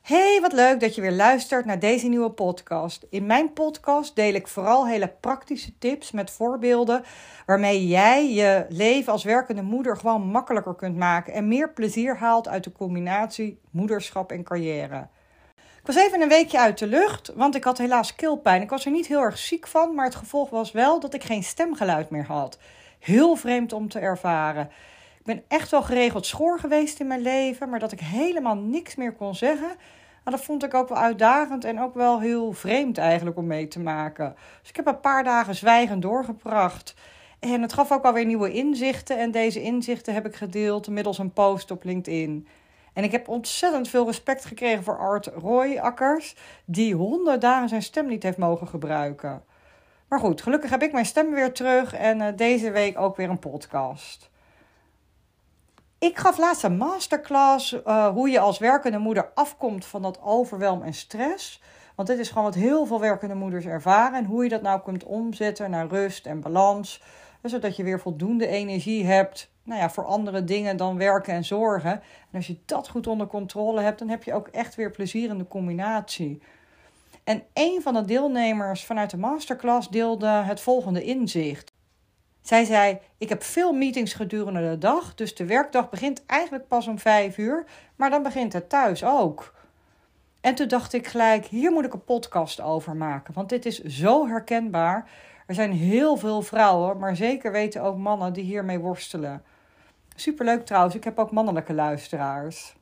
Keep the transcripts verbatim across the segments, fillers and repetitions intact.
Hey, wat leuk dat je weer luistert naar deze nieuwe podcast. In mijn podcast deel ik vooral hele praktische tips met voorbeelden waarmee jij je leven als werkende moeder gewoon makkelijker kunt maken en meer plezier haalt uit de combinatie moederschap en carrière. Ik was even een weekje uit de lucht, want ik had helaas keelpijn. Ik was er niet heel erg ziek van, maar het gevolg was wel dat ik geen stemgeluid meer had. Heel vreemd om te ervaren. Ik ben echt wel geregeld schoor geweest in mijn leven, maar dat ik helemaal niks meer kon zeggen, nou, dat vond ik ook wel uitdagend en ook wel heel vreemd eigenlijk om mee te maken. Dus ik heb een paar dagen zwijgend doorgebracht. En het gaf ook alweer nieuwe inzichten en deze inzichten heb ik gedeeld middels een post op LinkedIn. En ik heb ontzettend veel respect gekregen voor Art Royakkers, die honderd dagen zijn stem niet heeft mogen gebruiken. Maar goed, gelukkig heb ik mijn stem weer terug en uh, deze week ook weer een podcast. Ik gaf laatst een masterclass uh, hoe je als werkende moeder afkomt van dat overwelm en stress. Want dit is gewoon wat heel veel werkende moeders ervaren. En hoe je dat nou kunt omzetten naar rust en balans. Zodat je weer voldoende energie hebt nou ja, voor andere dingen dan werken en zorgen. En als je dat goed onder controle hebt, dan heb je ook echt weer plezier in de combinatie. En een van de deelnemers vanuit de masterclass deelde het volgende inzicht. Zij zei, ik heb veel meetings gedurende de dag, dus de werkdag begint eigenlijk pas om vijf uur, maar dan begint het thuis ook. En toen dacht ik gelijk, hier moet ik een podcast over maken, want dit is zo herkenbaar. Er zijn heel veel vrouwen, maar zeker weten ook mannen die hiermee worstelen. Superleuk trouwens, ik heb ook mannelijke luisteraars.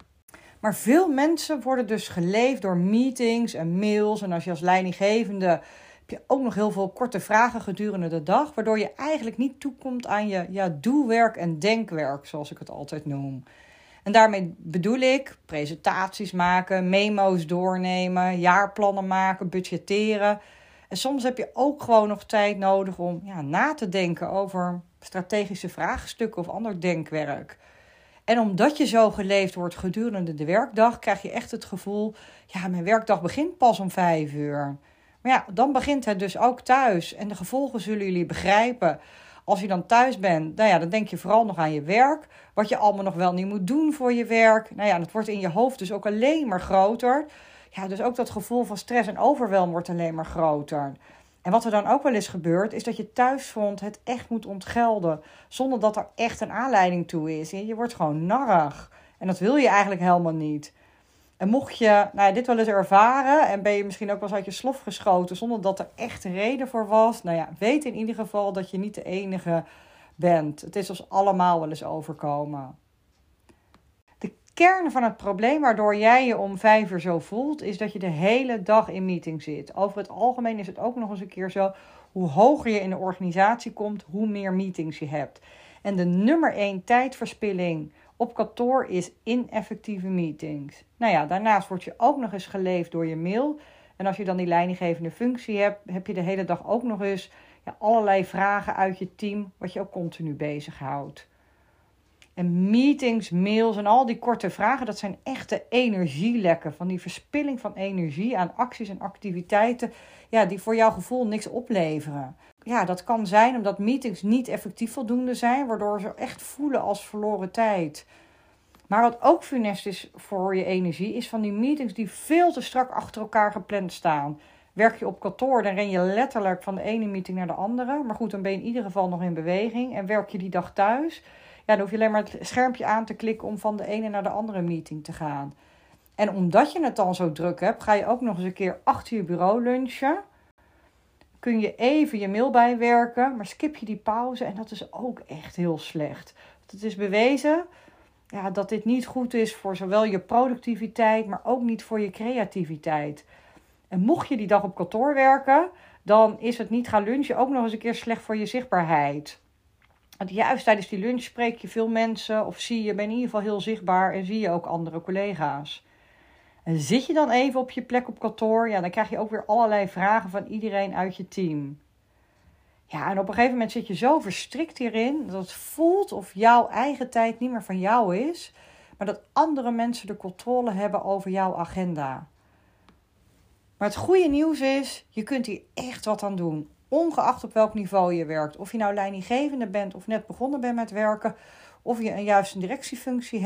Maar veel mensen worden dus geleefd door meetings en mails en als je als leidinggevende heb je ook nog heel veel korte vragen gedurende de dag, waardoor je eigenlijk niet toekomt aan je ja, doelwerk en denkwerk, zoals ik het altijd noem. En daarmee bedoel ik presentaties maken, memo's doornemen, jaarplannen maken, budgetteren. En soms heb je ook gewoon nog tijd nodig om ja, na te denken over strategische vraagstukken of ander denkwerk. En omdat je zo geleefd wordt gedurende de werkdag, krijg je echt het gevoel, ja, mijn werkdag begint pas om vijf uur. Maar ja, dan begint het dus ook thuis. En de gevolgen zullen jullie begrijpen. Als je dan thuis bent, nou ja, dan denk je vooral nog aan je werk. Wat je allemaal nog wel niet moet doen voor je werk. Nou ja, dat wordt in je hoofd dus ook alleen maar groter. Ja, dus ook dat gevoel van stress en overwelm wordt alleen maar groter. En wat er dan ook wel eens gebeurt, is dat je thuisfront het echt moet ontgelden. Zonder dat er echt een aanleiding toe is. Je wordt gewoon narrig. En dat wil je eigenlijk helemaal niet. En mocht je nou ja, dit wel eens ervaren en ben je misschien ook wel eens uit je slof geschoten zonder dat er echt een reden voor was. Nou ja, weet in ieder geval dat je niet de enige bent. Het is ons allemaal wel eens overkomen. De kern van het probleem waardoor jij je om vijf uur zo voelt, is dat je de hele dag in meeting zit. Over het algemeen is het ook nog eens een keer zo, hoe hoger je in de organisatie komt, hoe meer meetings je hebt. En de nummer één tijdverspilling op kantoor is ineffectieve meetings. Nou ja, daarnaast word je ook nog eens geleefd door je mail. En als je dan die leidinggevende functie hebt, heb je de hele dag ook nog eens ja, allerlei vragen uit je team, wat je ook continu bezighoudt. En meetings, mails en al die korte vragen, dat zijn echte energielekken. Van die verspilling van energie aan acties en activiteiten, ja, die voor jouw gevoel niks opleveren. Ja, dat kan zijn omdat meetings niet effectief voldoende zijn, waardoor ze echt voelen als verloren tijd. Maar wat ook funest is voor je energie, is van die meetings die veel te strak achter elkaar gepland staan. Werk je op kantoor, dan ren je letterlijk van de ene meeting naar de andere. Maar goed, dan ben je in ieder geval nog in beweging. En werk je die dag thuis, ja, dan hoef je alleen maar het schermpje aan te klikken om van de ene naar de andere meeting te gaan. En omdat je het dan zo druk hebt, ga je ook nog eens een keer achter je bureau lunchen. Kun je even je mail bijwerken, maar skip je die pauze en dat is ook echt heel slecht. Het is bewezen ja, dat dit niet goed is voor zowel je productiviteit, maar ook niet voor je creativiteit. En mocht je die dag op kantoor werken, dan is het niet gaan lunchen ook nog eens een keer slecht voor je zichtbaarheid. Want juist tijdens die lunch spreek je veel mensen of zie je, ben in ieder geval heel zichtbaar en zie je ook andere collega's. En zit je dan even op je plek op kantoor, ja, dan krijg je ook weer allerlei vragen van iedereen uit je team. Ja, en op een gegeven moment zit je zo verstrikt hierin dat het voelt of jouw eigen tijd niet meer van jou is, maar dat andere mensen de controle hebben over jouw agenda. Maar het goede nieuws is, je kunt hier echt wat aan doen. Ongeacht op welk niveau je werkt. Of je nou leidinggevende bent of net begonnen bent met werken. Of je een juist een directiefunctie hebt.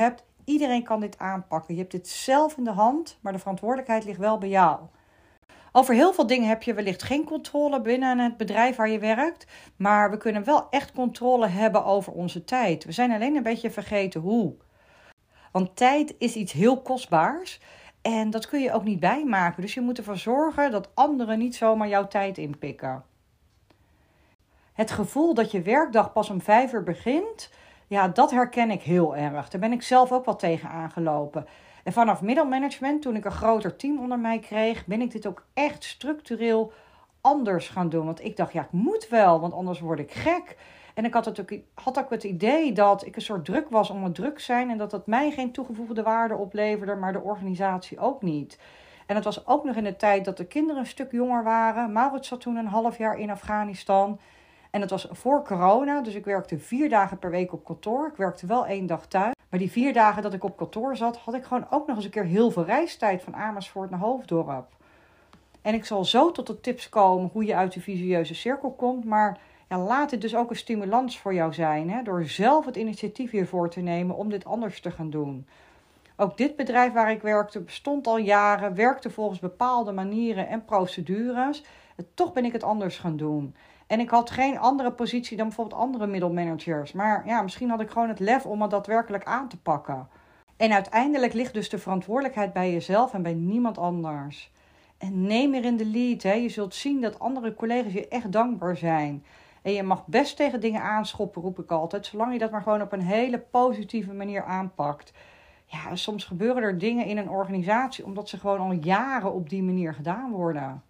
Iedereen kan dit aanpakken. Je hebt dit zelf in de hand, maar de verantwoordelijkheid ligt wel bij jou. Over heel veel dingen heb je wellicht geen controle binnen het bedrijf waar je werkt. Maar we kunnen wel echt controle hebben over onze tijd. We zijn alleen een beetje vergeten hoe. Want tijd is iets heel kostbaars. En dat kun je ook niet bijmaken. Dus je moet ervoor zorgen dat anderen niet zomaar jouw tijd inpikken. Het gevoel dat je werkdag pas om vijf uur begint, ja, dat herken ik heel erg. Daar ben ik zelf ook wel tegen aangelopen. En vanaf middelmanagement, toen ik een groter team onder mij kreeg, ben ik dit ook echt structureel anders gaan doen. Want ik dacht, ja, ik moet wel, want anders word ik gek. En ik had, het ook, had ook het idee dat ik een soort druk was om het druk zijn en dat dat mij geen toegevoegde waarde opleverde, maar de organisatie ook niet. En het was ook nog in de tijd dat de kinderen een stuk jonger waren. Maurits zat toen een half jaar in Afghanistan. En dat was voor corona, dus ik werkte vier dagen per week op kantoor. Ik werkte wel één dag thuis. Maar die vier dagen dat ik op kantoor zat, had ik gewoon ook nog eens een keer heel veel reistijd van Amersfoort naar Hoofddorp. En ik zal zo tot de tips komen hoe je uit de visieuze cirkel komt. Maar ja, laat dit dus ook een stimulans voor jou zijn, hè, door zelf het initiatief hiervoor te nemen om dit anders te gaan doen. Ook dit bedrijf waar ik werkte bestond al jaren, werkte volgens bepaalde manieren en procedures. En toch ben ik het anders gaan doen. En ik had geen andere positie dan bijvoorbeeld andere middelmanagers. Maar ja, misschien had ik gewoon het lef om het daadwerkelijk aan te pakken. En uiteindelijk ligt dus de verantwoordelijkheid bij jezelf en bij niemand anders. En neem er in de lead. Hè. Je zult zien dat andere collega's je echt dankbaar zijn. En je mag best tegen dingen aanschoppen, roep ik altijd. Zolang je dat maar gewoon op een hele positieve manier aanpakt. Ja, soms gebeuren er dingen in een organisatie omdat ze gewoon al jaren op die manier gedaan worden.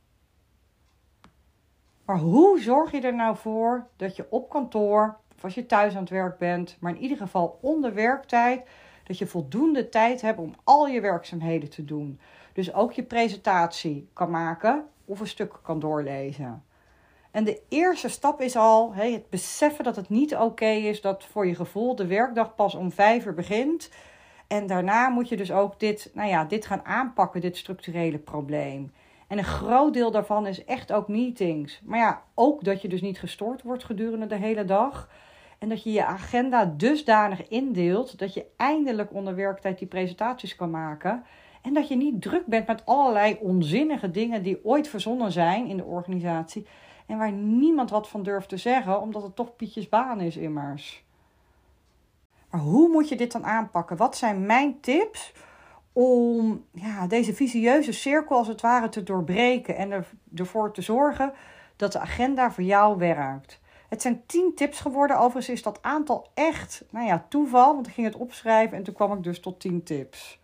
Maar hoe zorg je er nou voor dat je op kantoor, of als je thuis aan het werk bent, maar in ieder geval onder werktijd, dat je voldoende tijd hebt om al je werkzaamheden te doen. Dus ook je presentatie kan maken of een stuk kan doorlezen. En de eerste stap is al hey, het beseffen dat het niet oké is dat voor je gevoel de werkdag pas om vijf uur begint. En daarna moet je dus ook dit, nou ja, dit gaan aanpakken, dit structurele probleem. En een groot deel daarvan is echt ook meetings. Maar ja, ook dat je dus niet gestoord wordt gedurende de hele dag. En dat je je agenda dusdanig indeelt dat je eindelijk onder werktijd die presentaties kan maken. En dat je niet druk bent met allerlei onzinnige dingen die ooit verzonnen zijn in de organisatie. En waar niemand wat van durft te zeggen, omdat het toch Pietjes baan is immers. Maar hoe moet je dit dan aanpakken? Wat zijn mijn tips om ja, deze visieuze cirkel als het ware te doorbreken en er, ervoor te zorgen dat de agenda voor jou werkt? Het zijn tien tips geworden. Overigens is dat aantal echt nou ja, toeval, want ik ging het opschrijven en toen kwam ik dus tot tien tips.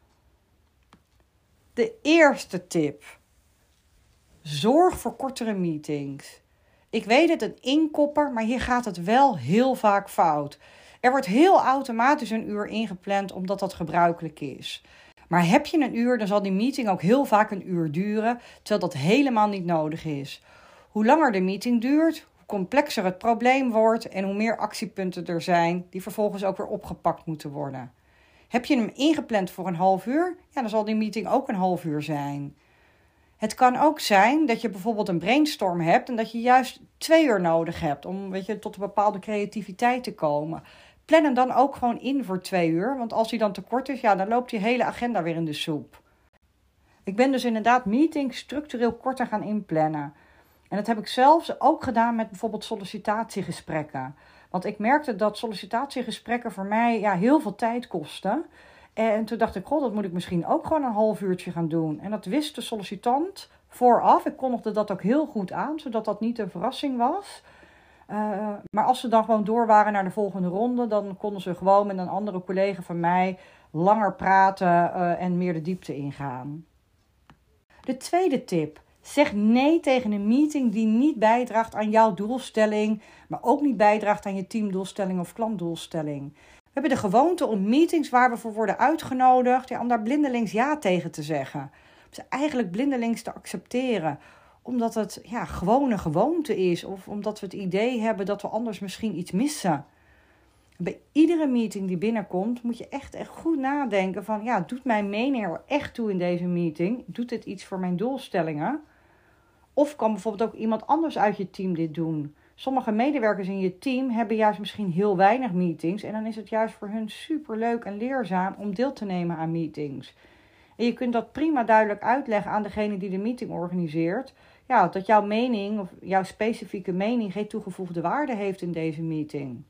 De eerste tip. Zorg voor kortere meetings. Ik weet het, een inkopper, maar hier gaat het wel heel vaak fout. Er wordt heel automatisch een uur ingepland omdat dat gebruikelijk is. Maar heb je een uur, dan zal die meeting ook heel vaak een uur duren, terwijl dat helemaal niet nodig is. Hoe langer de meeting duurt, hoe complexer het probleem wordt en hoe meer actiepunten er zijn die vervolgens ook weer opgepakt moeten worden. Heb je hem ingepland voor een half uur, ja, dan zal die meeting ook een half uur zijn. Het kan ook zijn dat je bijvoorbeeld een brainstorm hebt en dat je juist twee uur nodig hebt om weet je, tot een bepaalde creativiteit te komen. Plan hem dan ook gewoon in voor twee uur, want als die dan te kort is, ja, dan loopt die hele agenda weer in de soep. Ik ben dus inderdaad meetings structureel korter gaan inplannen. En dat heb ik zelfs ook gedaan met bijvoorbeeld sollicitatiegesprekken. Want ik merkte dat sollicitatiegesprekken voor mij ja, heel veel tijd kosten. En toen dacht ik, god, dat moet ik misschien ook gewoon een half uurtje gaan doen. En dat wist de sollicitant vooraf. Ik kondigde dat ook heel goed aan, zodat dat niet een verrassing was. Uh, maar als ze dan gewoon door waren naar de volgende ronde, dan konden ze gewoon met een andere collega van mij langer praten uh, en meer de diepte ingaan. De tweede tip. Zeg nee tegen een meeting die niet bijdraagt aan jouw doelstelling, maar ook niet bijdraagt aan je teamdoelstelling of klantdoelstelling. We hebben de gewoonte om meetings waar we voor worden uitgenodigd, ja, om daar blindelings ja tegen te zeggen. Om ze eigenlijk blindelings te accepteren. Omdat het ja, gewoon een gewoonte is. Of omdat we het idee hebben dat we anders misschien iets missen. Bij iedere meeting die binnenkomt moet je echt, echt goed nadenken van, ja, doet mijn mening er echt toe in deze meeting? Doet dit iets voor mijn doelstellingen? Of kan bijvoorbeeld ook iemand anders uit je team dit doen? Sommige medewerkers in je team hebben juist misschien heel weinig meetings. En dan is het juist voor hun superleuk en leerzaam om deel te nemen aan meetings. En je kunt dat prima duidelijk uitleggen aan degene die de meeting organiseert. Ja, dat jouw mening of jouw specifieke mening geen toegevoegde waarde heeft in deze meeting.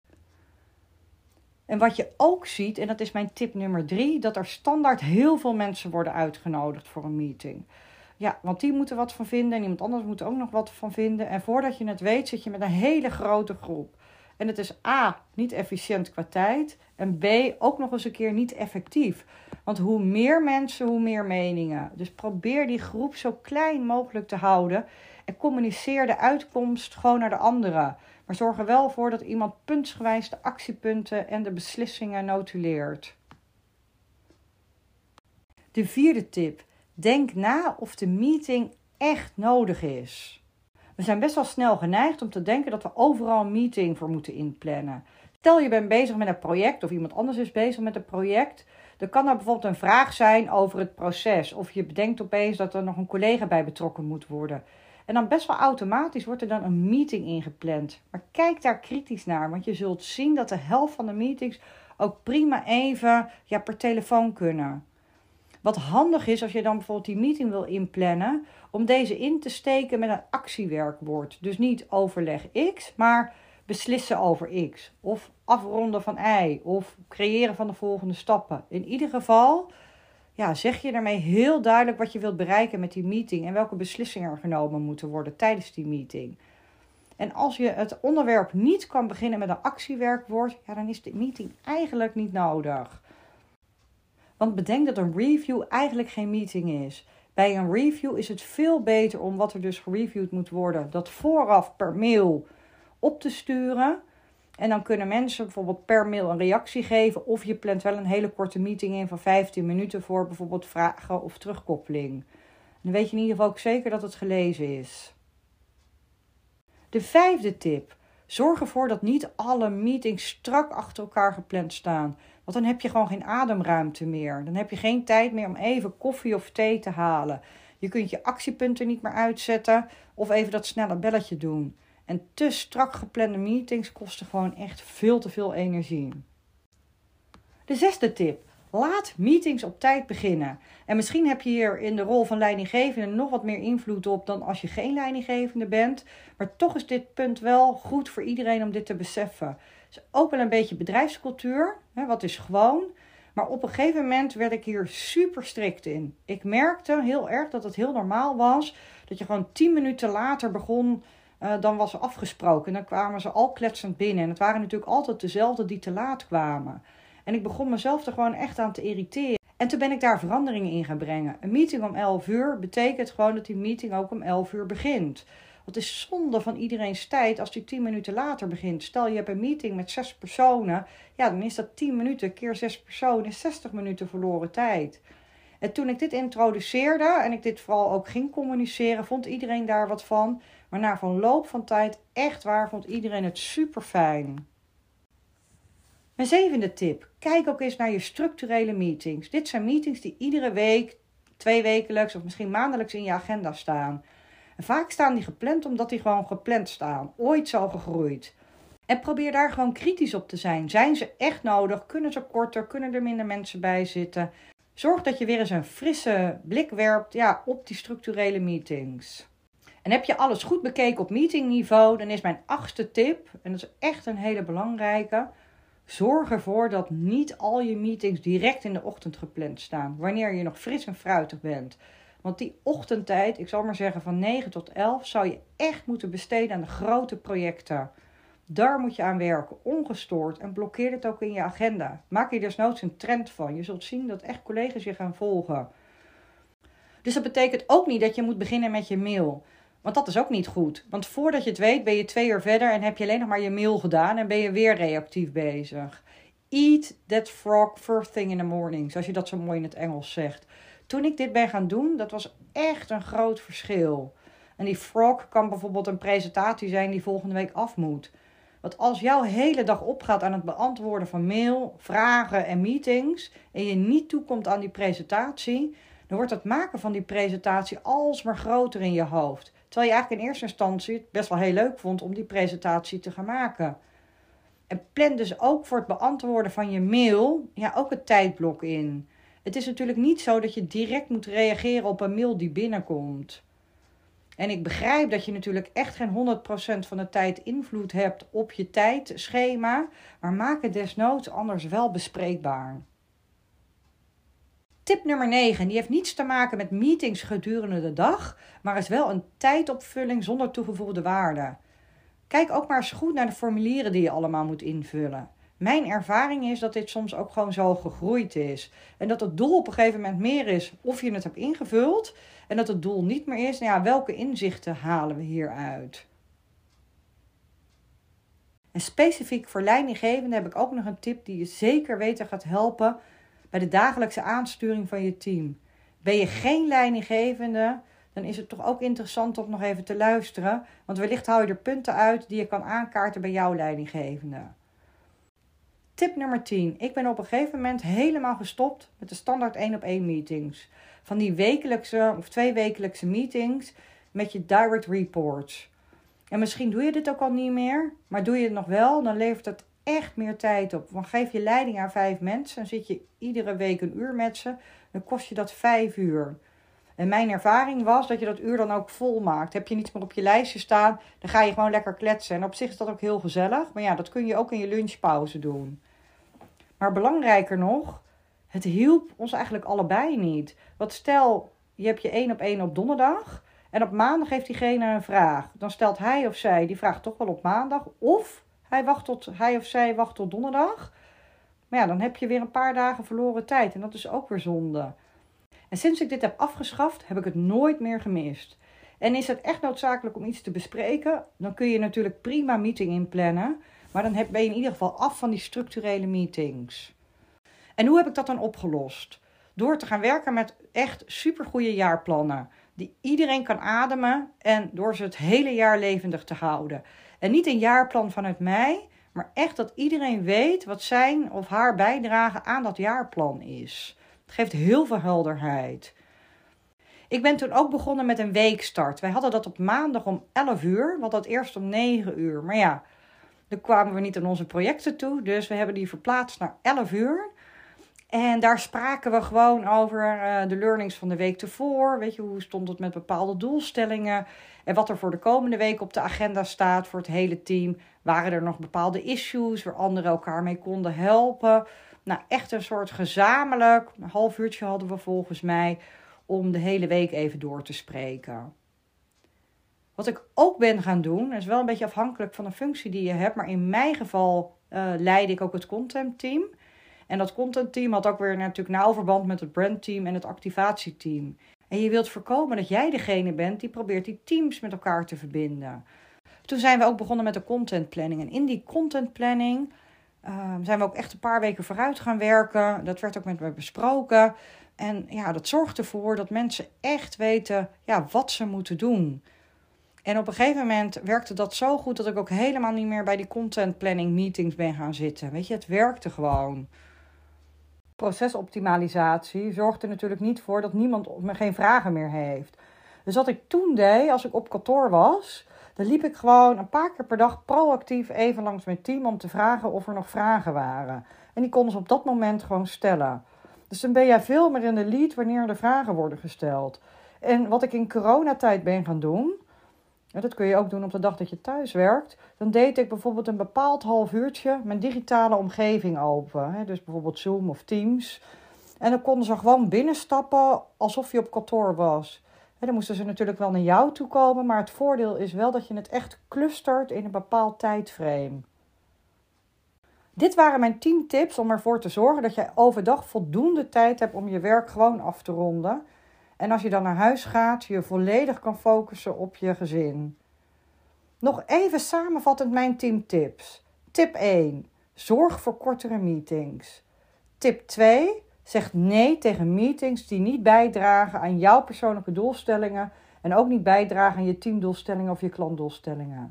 En wat je ook ziet, en dat is mijn tip nummer drie, dat er standaard heel veel mensen worden uitgenodigd voor een meeting. Ja, want die moeten wat van vinden en iemand anders moet er ook nog wat van vinden. En voordat je het weet zit je met een hele grote groep. En het is A, niet efficiënt qua tijd. En B, ook nog eens een keer niet effectief. Want hoe meer mensen, hoe meer meningen. Dus probeer die groep zo klein mogelijk te houden. En communiceer de uitkomst gewoon naar de anderen. Maar zorg er wel voor dat iemand puntsgewijs de actiepunten en de beslissingen notuleert. De vierde tip. Denk na of de meeting echt nodig is. We zijn best wel snel geneigd om te denken dat we overal een meeting voor moeten inplannen. Stel je bent bezig met een project of iemand anders is bezig met een project. Dan kan er bijvoorbeeld een vraag zijn over het proces. Of je bedenkt opeens dat er nog een collega bij betrokken moet worden. En dan best wel automatisch wordt er dan een meeting ingepland. Maar kijk daar kritisch naar, want je zult zien dat de helft van de meetings ook prima even ja, per telefoon kunnen. Wat handig is als je dan bijvoorbeeld die meeting wil inplannen, om deze in te steken met een actiewerkwoord. Dus niet overleg X, maar beslissen over X. Of afronden van Y. Of creëren van de volgende stappen. In ieder geval ja, zeg je daarmee heel duidelijk wat je wilt bereiken met die meeting. En welke beslissingen er genomen moeten worden tijdens die meeting. En als je het onderwerp niet kan beginnen met een actiewerkwoord, ja, dan is de meeting eigenlijk niet nodig. Want bedenk dat een review eigenlijk geen meeting is. Bij een review is het veel beter om wat er dus gereviewd moet worden, dat vooraf per mail op te sturen. En dan kunnen mensen bijvoorbeeld per mail een reactie geven. Of je plant wel een hele korte meeting in van vijftien minuten voor bijvoorbeeld vragen of terugkoppeling. Dan weet je in ieder geval ook zeker dat het gelezen is. De vijfde tip. Zorg ervoor dat niet alle meetings strak achter elkaar gepland staan. Want dan heb je gewoon geen ademruimte meer. Dan heb je geen tijd meer om even koffie of thee te halen. Je kunt je actiepunten niet meer uitzetten of even dat snelle belletje doen. En te strak geplande meetings kosten gewoon echt veel te veel energie. De zesde tip. Laat meetings op tijd beginnen. En misschien heb je hier in de rol van leidinggevende nog wat meer invloed op dan als je geen leidinggevende bent. Maar toch is dit punt wel goed voor iedereen om dit te beseffen. Het is ook wel een beetje bedrijfscultuur. Hè, wat is gewoon. Maar op een gegeven moment werd ik hier super strikt in. Ik merkte heel erg dat het heel normaal was. Dat je gewoon tien minuten later begon uh, dan was afgesproken. En dan kwamen ze al kletsend binnen. En het waren natuurlijk altijd dezelfde die te laat kwamen. En ik begon mezelf er gewoon echt aan te irriteren. En toen ben ik daar veranderingen in gaan brengen. Een meeting om elf uur betekent gewoon dat die meeting ook om elf uur begint. Het is zonde van iedereen's tijd als die tien minuten later begint. Stel je hebt een meeting met zes personen. Ja, dan is dat tien minuten keer zes personen is zestig minuten verloren tijd. En toen ik dit introduceerde en ik dit vooral ook ging communiceren, vond iedereen daar wat van. Maar na verloop van tijd, echt waar, vond iedereen het super fijn. Mijn zevende tip. Kijk ook eens naar je structurele meetings. Dit zijn meetings die iedere week, twee wekelijks of misschien maandelijks in je agenda staan. En vaak staan die gepland omdat die gewoon gepland staan. Ooit zo gegroeid. En probeer daar gewoon kritisch op te zijn. Zijn ze echt nodig? Kunnen ze korter? Kunnen er minder mensen bij zitten? Zorg dat je weer eens een frisse blik werpt ja, op die structurele meetings. En heb je alles goed bekeken op meetingniveau, dan is mijn achtste tip, en dat is echt een hele belangrijke, zorg ervoor dat niet al je meetings direct in de ochtend gepland staan, wanneer je nog fris en fruitig bent. Want die ochtendtijd, ik zal maar zeggen van negen tot elf, zou je echt moeten besteden aan de grote projecten. Daar moet je aan werken, ongestoord, en blokkeer het ook in je agenda. Maak je desnoods een trend van. Je zult zien dat echt collega's je gaan volgen. Dus dat betekent ook niet dat je moet beginnen met je mail. Want dat is ook niet goed. Want voordat je het weet ben je twee uur verder en heb je alleen nog maar je mail gedaan en ben je weer reactief bezig. Eat that frog first thing in the morning, zoals je dat zo mooi in het Engels zegt. Toen ik dit ben gaan doen, dat was echt een groot verschil. En die frog kan bijvoorbeeld een presentatie zijn die volgende week af moet. Want als jouw hele dag opgaat aan het beantwoorden van mail, vragen en meetings en je niet toekomt aan die presentatie, dan wordt het maken van die presentatie alsmaar groter in je hoofd. Terwijl je eigenlijk in eerste instantie het best wel heel leuk vond om die presentatie te gaan maken. En plan dus ook voor het beantwoorden van je mail ja, ook het tijdblok in. Het is natuurlijk niet zo dat je direct moet reageren op een mail die binnenkomt. En ik begrijp dat je natuurlijk echt geen honderd procent van de tijd invloed hebt op je tijdschema, maar maak het desnoods anders wel bespreekbaar. Tip nummer negen, die heeft niets te maken met meetings gedurende de dag, maar is wel een tijdopvulling zonder toegevoegde waarde. Kijk ook maar eens goed naar de formulieren die je allemaal moet invullen. Mijn ervaring is dat dit soms ook gewoon zo gegroeid is. En dat het doel op een gegeven moment meer is of je het hebt ingevuld. En dat het doel niet meer is, nou ja, welke inzichten halen we hieruit? En specifiek voor leidinggevenden heb ik ook nog een tip die je zeker weten gaat helpen bij de dagelijkse aansturing van je team. Ben je geen leidinggevende, dan is het toch ook interessant om nog even te luisteren. Want wellicht haal je er punten uit die je kan aankaarten bij jouw leidinggevende. Tip nummer tien. Ik ben op een gegeven moment helemaal gestopt met de standaard één op één meetings. Van die wekelijkse of twee wekelijkse meetings met je direct reports. En misschien doe je dit ook al niet meer, maar doe je het nog wel, dan levert het echt meer tijd op. Want geef je leiding aan vijf mensen en zit je iedere week een uur met ze, dan kost je dat vijf uur. En mijn ervaring was dat je dat uur dan ook vol maakt. Heb je niets meer op je lijstje staan, dan ga je gewoon lekker kletsen. En op zich is dat ook heel gezellig, maar ja, dat kun je ook in je lunchpauze doen. Maar belangrijker nog, het hielp ons eigenlijk allebei niet. Want stel, je hebt je één op één op donderdag en op maandag heeft diegene een vraag. Dan stelt hij of zij die vraag toch wel op maandag. Of hij, wacht tot, hij of zij wacht tot donderdag. Maar ja, dan heb je weer een paar dagen verloren tijd en dat is ook weer zonde. En sinds ik dit heb afgeschaft, heb ik het nooit meer gemist. En is het echt noodzakelijk om iets te bespreken, dan kun je natuurlijk prima een meeting inplannen. Maar dan ben je in ieder geval af van die structurele meetings. En hoe heb ik dat dan opgelost? Door te gaan werken met echt supergoeie jaarplannen. Die iedereen kan ademen en door ze het hele jaar levendig te houden. En niet een jaarplan vanuit mij, maar echt dat iedereen weet wat zijn of haar bijdrage aan dat jaarplan is. Het geeft heel veel helderheid. Ik ben toen ook begonnen met een weekstart. Wij hadden dat op maandag om elf uur, we hadden dat eerst om negen uur. Maar ja, dan kwamen we niet aan onze projecten toe, dus we hebben die verplaatst naar elf uur. En daar spraken we gewoon over uh, de learnings van de week tevoren. Weet je, hoe stond het met bepaalde doelstellingen? En wat er voor de komende week op de agenda staat voor het hele team. Waren er nog bepaalde issues waar anderen elkaar mee konden helpen? Nou, echt een soort gezamenlijk, een half uurtje hadden we volgens mij, om de hele week even door te spreken. Wat ik ook ben gaan doen, is wel een beetje afhankelijk van de functie die je hebt. Maar in mijn geval uh, leid ik ook het contentteam. En dat contentteam had ook weer natuurlijk nauw verband met het brandteam en het activatieteam. En je wilt voorkomen dat jij degene bent die probeert die teams met elkaar te verbinden. Toen zijn we ook begonnen met de contentplanning. En in die contentplanning uh, zijn we ook echt een paar weken vooruit gaan werken. Dat werd ook met me besproken. En ja, dat zorgt ervoor dat mensen echt weten ja, wat ze moeten doen. En op een gegeven moment werkte dat zo goed dat ik ook helemaal niet meer bij die contentplanning meetings ben gaan zitten. Weet je, het werkte gewoon. Procesoptimalisatie zorgt er natuurlijk niet voor dat niemand me geen vragen meer heeft. Dus wat ik toen deed, als ik op kantoor was, dan liep ik gewoon een paar keer per dag proactief even langs mijn team om te vragen of er nog vragen waren. En die konden ze op dat moment gewoon stellen. Dus dan ben jij veel meer in de lead wanneer er vragen worden gesteld. En wat ik in coronatijd ben gaan doen, dat kun je ook doen op de dag dat je thuis werkt. Dan deed ik bijvoorbeeld een bepaald half uurtje mijn digitale omgeving open. Hè? Dus bijvoorbeeld Zoom of Teams. En dan konden ze gewoon binnenstappen alsof je op kantoor was. Hè, dan moesten ze natuurlijk wel naar jou toe komen. Maar het voordeel is wel dat je het echt clustert in een bepaald tijdframe. Dit waren mijn tien tips om ervoor te zorgen dat jij overdag voldoende tijd hebt om je werk gewoon af te ronden. En als je dan naar huis gaat, je volledig kan focussen op je gezin. Nog even samenvattend mijn tien tips. Tip één. Zorg voor kortere meetings. Tip twee. Zeg nee tegen meetings die niet bijdragen aan jouw persoonlijke doelstellingen en ook niet bijdragen aan je teamdoelstellingen of je klantdoelstellingen.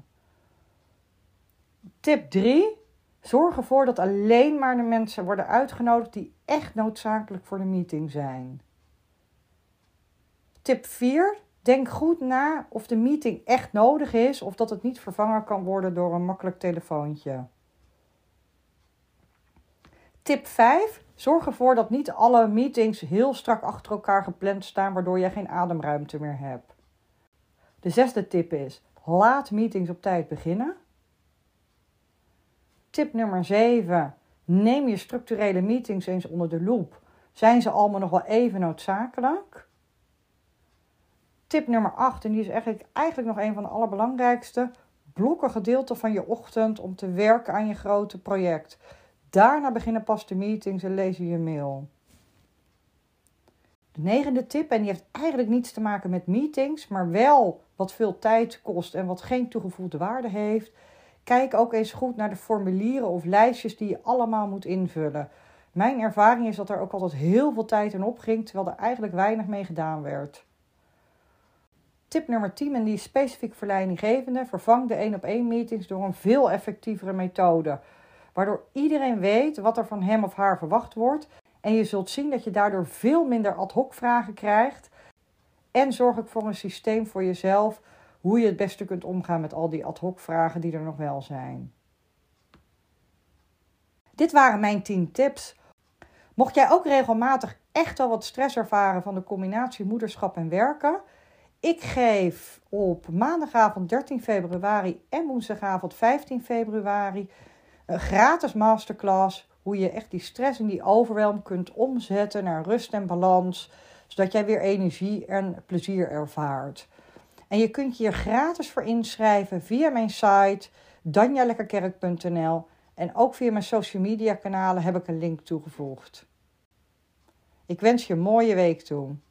Tip drie. Zorg ervoor dat alleen maar de mensen worden uitgenodigd die echt noodzakelijk voor de meeting zijn. Tip vier. Denk goed na of de meeting echt nodig is of dat het niet vervangen kan worden door een makkelijk telefoontje. Tip vijf. Zorg ervoor dat niet alle meetings heel strak achter elkaar gepland staan, waardoor je geen ademruimte meer hebt. De zesde tip is, laat meetings op tijd beginnen. Tip nummer zeven. Neem je structurele meetings eens onder de loep. Zijn ze allemaal nog wel even noodzakelijk? Tip nummer acht, en die is eigenlijk, eigenlijk nog een van de allerbelangrijkste. Blok een gedeelte van je ochtend om te werken aan je grote project. Daarna beginnen pas de meetings en lees je je mail. De negende tip, en die heeft eigenlijk niets te maken met meetings, maar wel wat veel tijd kost en wat geen toegevoegde waarde heeft. Kijk ook eens goed naar de formulieren of lijstjes die je allemaal moet invullen. Mijn ervaring is dat er ook altijd heel veel tijd in opging, terwijl er eigenlijk weinig mee gedaan werd. Tip nummer tien, en die is specifiek voor leidinggevenden. Vervang de één op één meetings door een veel effectievere methode. Waardoor iedereen weet wat er van hem of haar verwacht wordt. En je zult zien dat je daardoor veel minder ad hoc vragen krijgt. En zorg ook voor een systeem voor jezelf hoe je het beste kunt omgaan met al die ad hoc vragen die er nog wel zijn. Dit waren mijn tien tips. Mocht jij ook regelmatig echt wel wat stress ervaren van de combinatie moederschap en werken? Ik geef op maandagavond dertien februari en woensdagavond vijftien februari een gratis masterclass hoe je echt die stress en die overwhelm kunt omzetten naar rust en balans, zodat jij weer energie en plezier ervaart. En je kunt je hier gratis voor inschrijven via mijn site danja lekkerkerk punt n l en ook via mijn social media kanalen heb ik een link toegevoegd. Ik wens je een mooie week toe.